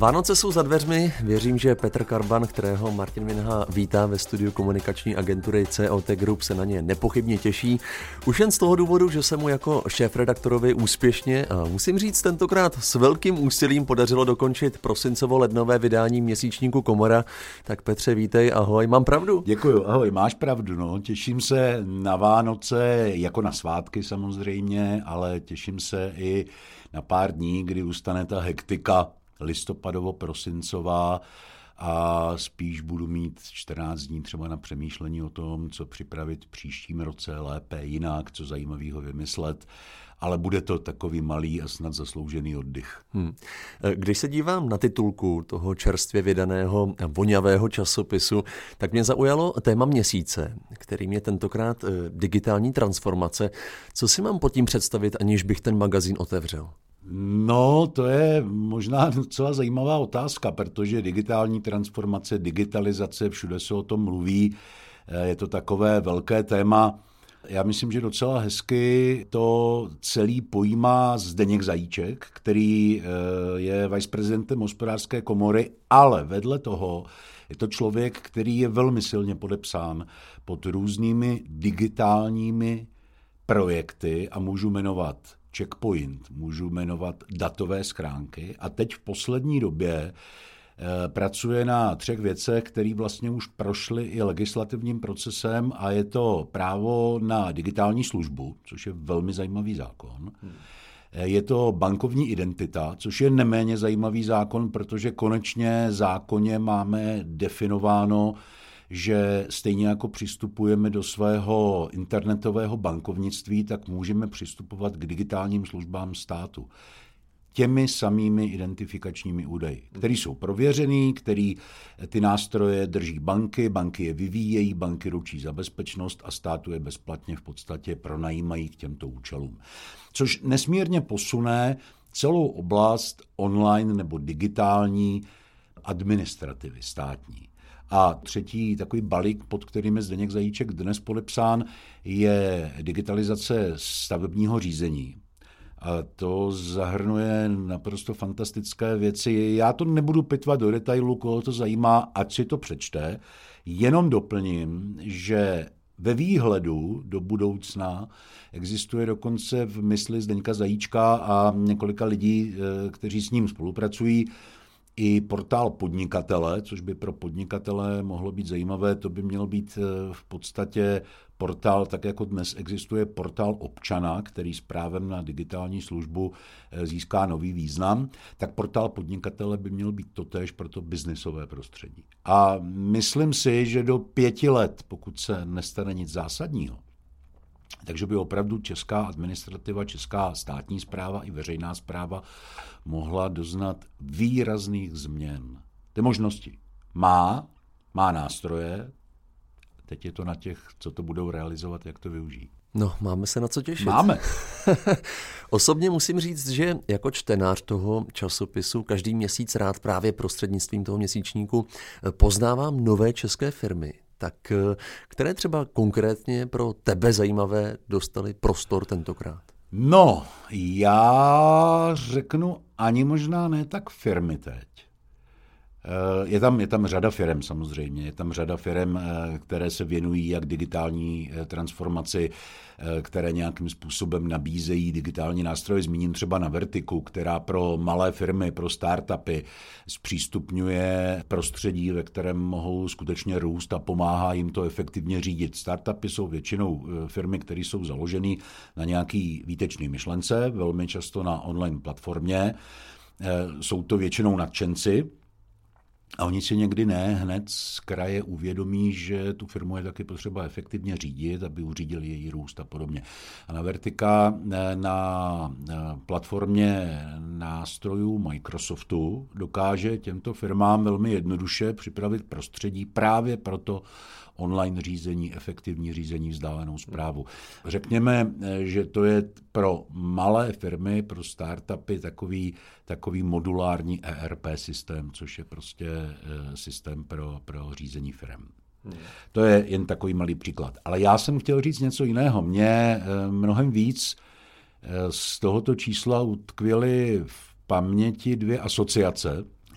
Vánoce jsou za dveřmi, věřím, že Petr Karban, kterého Martin Minha vítá ve studiu komunikační agentury COT Group, se na ně nepochybně těší. Už jen z toho důvodu, že se mu jako šéfredaktorovi úspěšně a musím říct tentokrát s velkým úsilím podařilo dokončit prosincovo-lednové vydání měsíčníku Komora. Tak Petře, vítej, ahoj, mám pravdu? Děkuju, ahoj, máš pravdu, no. Těším se na Vánoce, jako na svátky samozřejmě, ale těším se i na pár dní, kdy ustane ta hektika listopadovo-prosincová a spíš budu mít 14 dní třeba na přemýšlení o tom, co připravit příštím roce lépe, jinak, co zajímavého vymyslet, ale bude to takový malý a snad zasloužený oddych. Když se dívám na titulku toho čerstvě vydaného vonavého časopisu, tak mě zaujalo téma měsíce, kterým je tentokrát digitální transformace. Co si mám pod tím představit, aniž bych ten magazín otevřel? No, to je možná docela zajímavá otázka, protože digitální transformace, digitalizace, všude se o tom mluví, je to takové velké téma. Já myslím, že docela hezky to celý pojímá Zdeněk Zajíček, který je viceprezidentem Hospodářské komory, ale vedle toho je to člověk, který je velmi silně podepsán pod různými digitálními projekty a můžu jmenovat Checkpoint, můžu jmenovat datové schránky a teď v poslední době pracuje na 3 věcech, které vlastně už prošly i legislativním procesem a je to právo na digitální službu, což je velmi zajímavý zákon. Je to bankovní identita, což je neméně zajímavý zákon, protože konečně zákonně máme definováno, že stejně jako přistupujeme do svého internetového bankovnictví, tak můžeme přistupovat k digitálním službám státu. Těmi samými identifikačními údaji, které jsou prověřený, který ty nástroje drží banky je vyvíjejí, banky ručí za bezpečnost a státu je bezplatně v podstatě pronajímají k těmto účelům. Což nesmírně posune celou oblast online nebo digitální administrativy státní. A třetí takový balík, pod kterým je Zdeněk Zajíček dnes podepsán, je digitalizace stavebního řízení. A to zahrnuje naprosto fantastické věci. Já to nebudu pitvat do detailu, koho to zajímá, ať si to přečte. Jenom doplním, že ve výhledu do budoucna existuje dokonce v mysli Zdeňka Zajíčka a několika lidí, kteří s ním spolupracují, i portál podnikatele, což by pro podnikatele mohlo být zajímavé. To by měl být v podstatě portál, tak jako dnes existuje portál občana, který s právem na digitální službu získá nový význam, tak portál podnikatele by měl být totéž pro to biznisové prostředí. A myslím si, že do 5 let, pokud se nestane nic zásadního, takže by opravdu česká administrativa, česká státní správa i veřejná správa mohla doznat výrazných změn. Ty možnosti má nástroje, teď je to na těch, co to budou realizovat, jak to využijí. No, máme se na co těšit. Máme. Osobně musím říct, že jako čtenář toho časopisu každý měsíc rád právě prostřednictvím toho měsíčníku poznávám nové české firmy. Tak které třeba konkrétně pro tebe zajímavé dostaly prostor tentokrát? No, já řeknu ani možná ne tak firmy teď. Je tam řada firem samozřejmě, je tam řada firem, které se věnují jak digitální transformaci, které nějakým způsobem nabízejí digitální nástroje. Zmíním třeba Navertiku, která pro malé firmy, pro startupy zpřístupňuje prostředí, ve kterém mohou skutečně růst a pomáhá jim to efektivně řídit. Startupy jsou většinou firmy, které jsou založeny na nějaký výtečný myšlence, velmi často na online platformě. Jsou to většinou nadšenci, a oni si někdy ne hned z kraje uvědomí, že tu firmu je taky potřeba efektivně řídit, aby uřídili její růst a podobně. A Navertika na platformě nástrojů Microsoftu dokáže těmto firmám velmi jednoduše připravit prostředí právě proto online řízení, efektivní řízení, vzdálenou správu. Řekněme, že to je pro malé firmy, pro startupy takový modulární ERP systém, což je prostě systém pro řízení firem. To je jen takový malý příklad. Ale já jsem chtěl říct něco jiného. Mně mnohem víc z tohoto čísla utkvěly v paměti 2 asociace,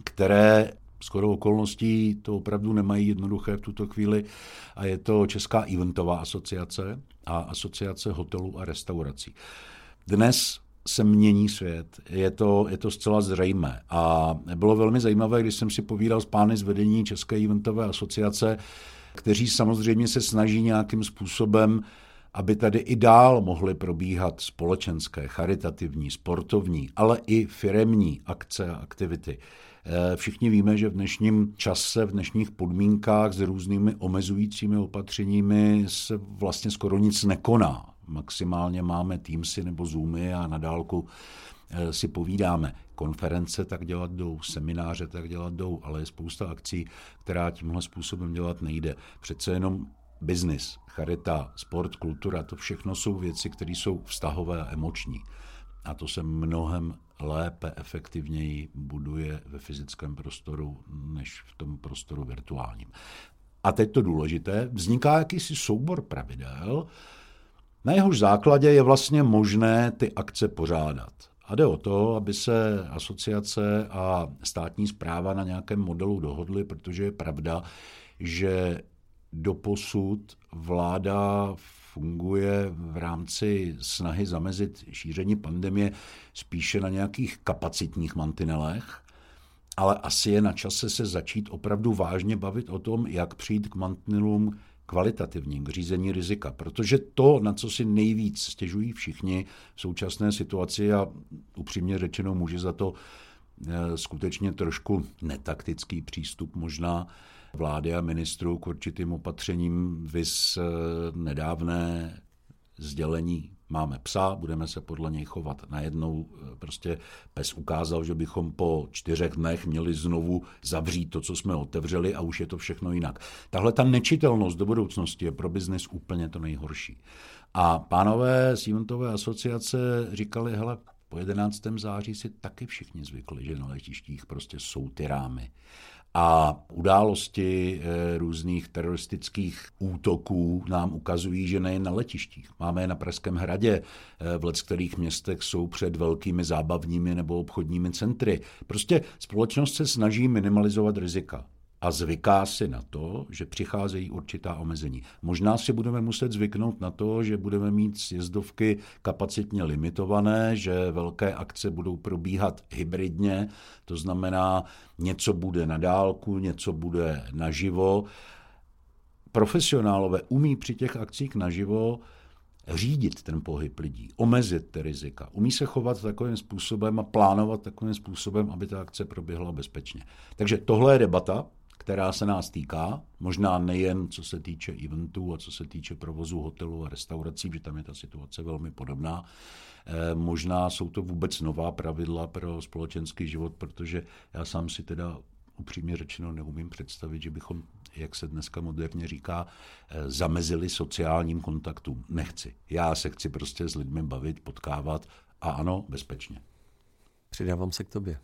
které shodou okolností to opravdu nemají jednoduché v tuto chvíli a je to Česká eventová asociace a Asociace hotelů a restaurací. Dnes se mění svět, je to zcela zřejmé a bylo velmi zajímavé, když jsem si povídal s pány z vedení České eventové asociace, kteří samozřejmě se snaží nějakým způsobem, aby tady i dál mohly probíhat společenské, charitativní, sportovní, ale i firemní akce a aktivity. Všichni víme, že v dnešním čase, v dnešních podmínkách s různými omezujícími opatřeními se vlastně skoro nic nekoná. Maximálně máme Teamsy nebo Zoomy a na dálku si povídáme. Konference tak dělat jdou, semináře tak dělat jdou, ale je spousta akcí, která tímhle způsobem dělat nejde. Přece jenom biznis, charita, sport, kultura, to všechno jsou věci, které jsou vztahové a emoční. A to se mnohem lépe, efektivněji buduje ve fyzickém prostoru, než v tom prostoru virtuálním. A teď to důležité, vzniká jakýsi soubor pravidel, na jehož základě je vlastně možné ty akce pořádat. A jde o to, aby se asociace a státní správa na nějakém modelu dohodly, protože je pravda, že doposud vláda funguje v rámci snahy zamezit šíření pandemie spíše na nějakých kapacitních mantinelech, ale asi je na čase se začít opravdu vážně bavit o tom, jak přijít k mantinelům kvalitativním, k řízení rizika, protože to, na co si nejvíc stěžují všichni v současné situaci a upřímně řečeno může za to skutečně trošku netaktický přístup možná vlády a ministrů k určitým opatřením, viz nedávné sdělení máme psa, budeme se podle něj chovat. Najednou prostě pes ukázal, že bychom po 4 dnech měli znovu zavřít to, co jsme otevřeli a už je to všechno jinak. Tahle ta nečitelnost do budoucnosti je pro biznis úplně to nejhorší. A pánové z eventové asociace říkali, hele, po 11. září si taky všichni zvykli, že na letištích prostě jsou ty rámy. A události různých teroristických útoků nám ukazují, že nejen na letištích. Máme je na Pražském hradě, v leckterých městech jsou před velkými zábavními nebo obchodními centry. Prostě společnost se snaží minimalizovat rizika. A zvyká si na to, že přicházejí určitá omezení. Možná si budeme muset zvyknout na to, že budeme mít sjezdovky kapacitně limitované, že velké akce budou probíhat hybridně, to znamená, něco bude na dálku, něco bude naživo. Profesionálové umí při těch akcích naživo řídit ten pohyb lidí, omezit ty rizika. Umí se chovat takovým způsobem a plánovat takovým způsobem, aby ta akce proběhla bezpečně. Takže tohle je debata, která se nás týká, možná nejen co se týče eventů a co se týče provozu hotelů a restaurací, protože tam je ta situace velmi podobná. Možná jsou to vůbec nová pravidla pro společenský život, protože já sám si teda upřímně řečeno neumím představit, že bychom, jak se dneska moderně říká, zamezili sociálním kontaktům. Nechci. Já se chci prostě s lidmi bavit, potkávat a ano, bezpečně. Přidávám se k tobě.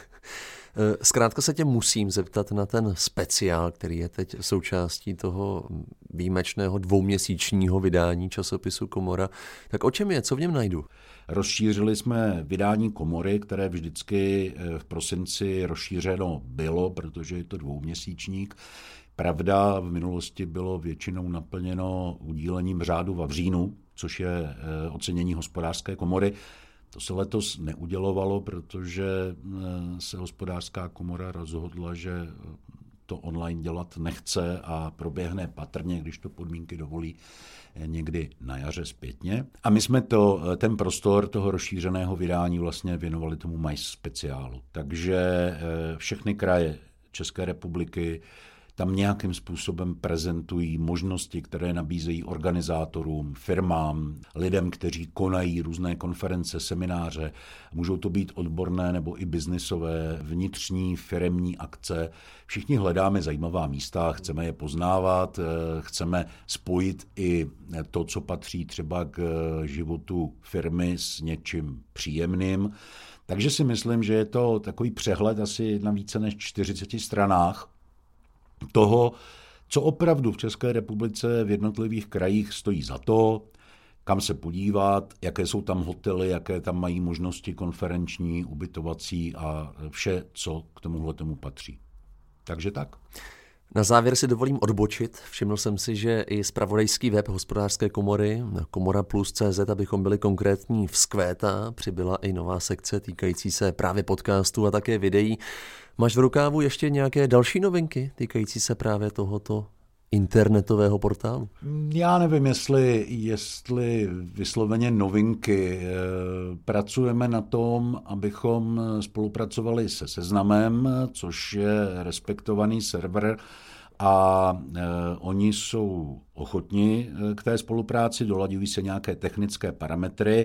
Zkrátka se tě musím zeptat na ten speciál, který je teď součástí toho výjimečného 2měsíčního vydání časopisu Komora. Tak o čem je? Co v něm najdu? Rozšířili jsme vydání Komory, které vždycky v prosinci rozšířeno bylo, protože je to 2měsíčník. Pravda, v minulosti bylo většinou naplněno udílením řádu Vavřínu, což je ocenění Hospodářské komory. To se letos neudělovalo, protože se Hospodářská komora rozhodla, že to online dělat nechce a proběhne patrně, když to podmínky dovolí, někdy na jaře zpětně. A my jsme ten prostor toho rozšířeného vydání vlastně věnovali tomu MAIS speciálu. Takže všechny kraje České republiky tam nějakým způsobem prezentují možnosti, které nabízejí organizátorům, firmám, lidem, kteří konají různé konference, semináře. Můžou to být odborné nebo i biznisové, vnitřní, firemní akce. Všichni hledáme zajímavá místa, chceme je poznávat, chceme spojit i to, co patří třeba k životu firmy s něčím příjemným. Takže si myslím, že je to takový přehled asi na více než 40 stranách toho, co opravdu v České republice v jednotlivých krajích stojí za to, kam se podívat, jaké jsou tam hotely, jaké tam mají možnosti konferenční, ubytovací a vše, co k tomuhletomu patří. Takže tak. Na závěr si dovolím odbočit. Všiml jsem si, že i zpravodajský web Hospodářské komory, komoraplus.cz, abychom byli konkrétní, vzkvétá. Přibyla i nová sekce týkající se právě podcastů a také videí. Máš v rukávu ještě nějaké další novinky týkající se právě tohoto internetového portálu? Já nevím, jestli vysloveně novinky. Pracujeme na tom, abychom spolupracovali se Seznamem, což je respektovaný server, a oni jsou ochotni k té spolupráci, dolaďují se nějaké technické parametry.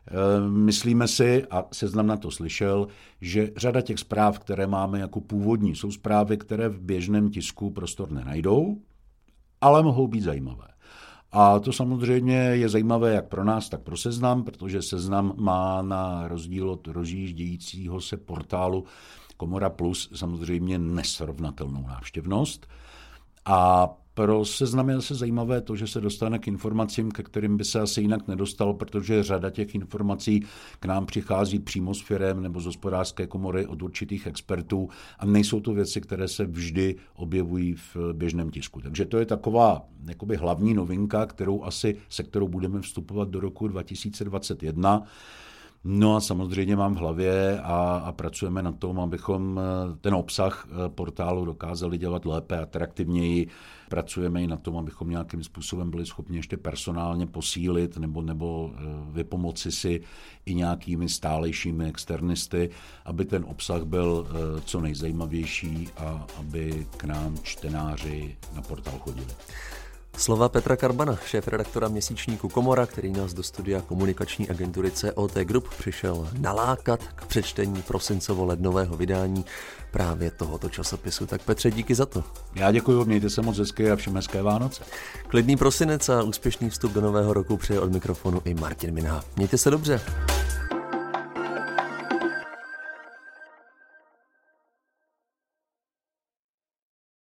Myslíme si, a Seznam na to slyšel, že řada těch zpráv, které máme jako původní, jsou zprávy, které v běžném tisku prostor nenajdou, ale mohou být zajímavé. A to samozřejmě je zajímavé jak pro nás, tak pro Seznam, protože Seznam má na rozdíl od rozjíždějícího se portálu Komora Plus samozřejmě nesrovnatelnou návštěvnost. A pro Seznam je zase zajímavé to, že se dostane k informacím, ke kterým by se asi jinak nedostal, protože řada těch informací k nám přichází přímo z firem nebo z Hospodářské komory od určitých expertů a nejsou to věci, které se vždy objevují v běžném tisku. Takže to je taková jakoby hlavní novinka, se kterou budeme vstupovat do roku 2021. No a samozřejmě mám v hlavě a pracujeme na tom, abychom ten obsah portálu dokázali dělat lépe, atraktivněji. Pracujeme i na tom, abychom nějakým způsobem byli schopni ještě personálně posílit nebo vypomoci si i nějakými stálejšími externisty, aby ten obsah byl co nejzajímavější a aby k nám čtenáři na portál chodili. Slova Petra Karbana, šéfredaktora měsíčníku Komora, který nás do studia komunikační agentury COT Group přišel nalákat k přečtení prosincovo-lednového vydání právě tohoto časopisu. Tak Petře, díky za to. Já děkuji, mějte se moc hezky a všem hezké Vánoce. Klidný prosinec a úspěšný vstup do nového roku přeje od mikrofonu i Martin Minha. Mějte se dobře.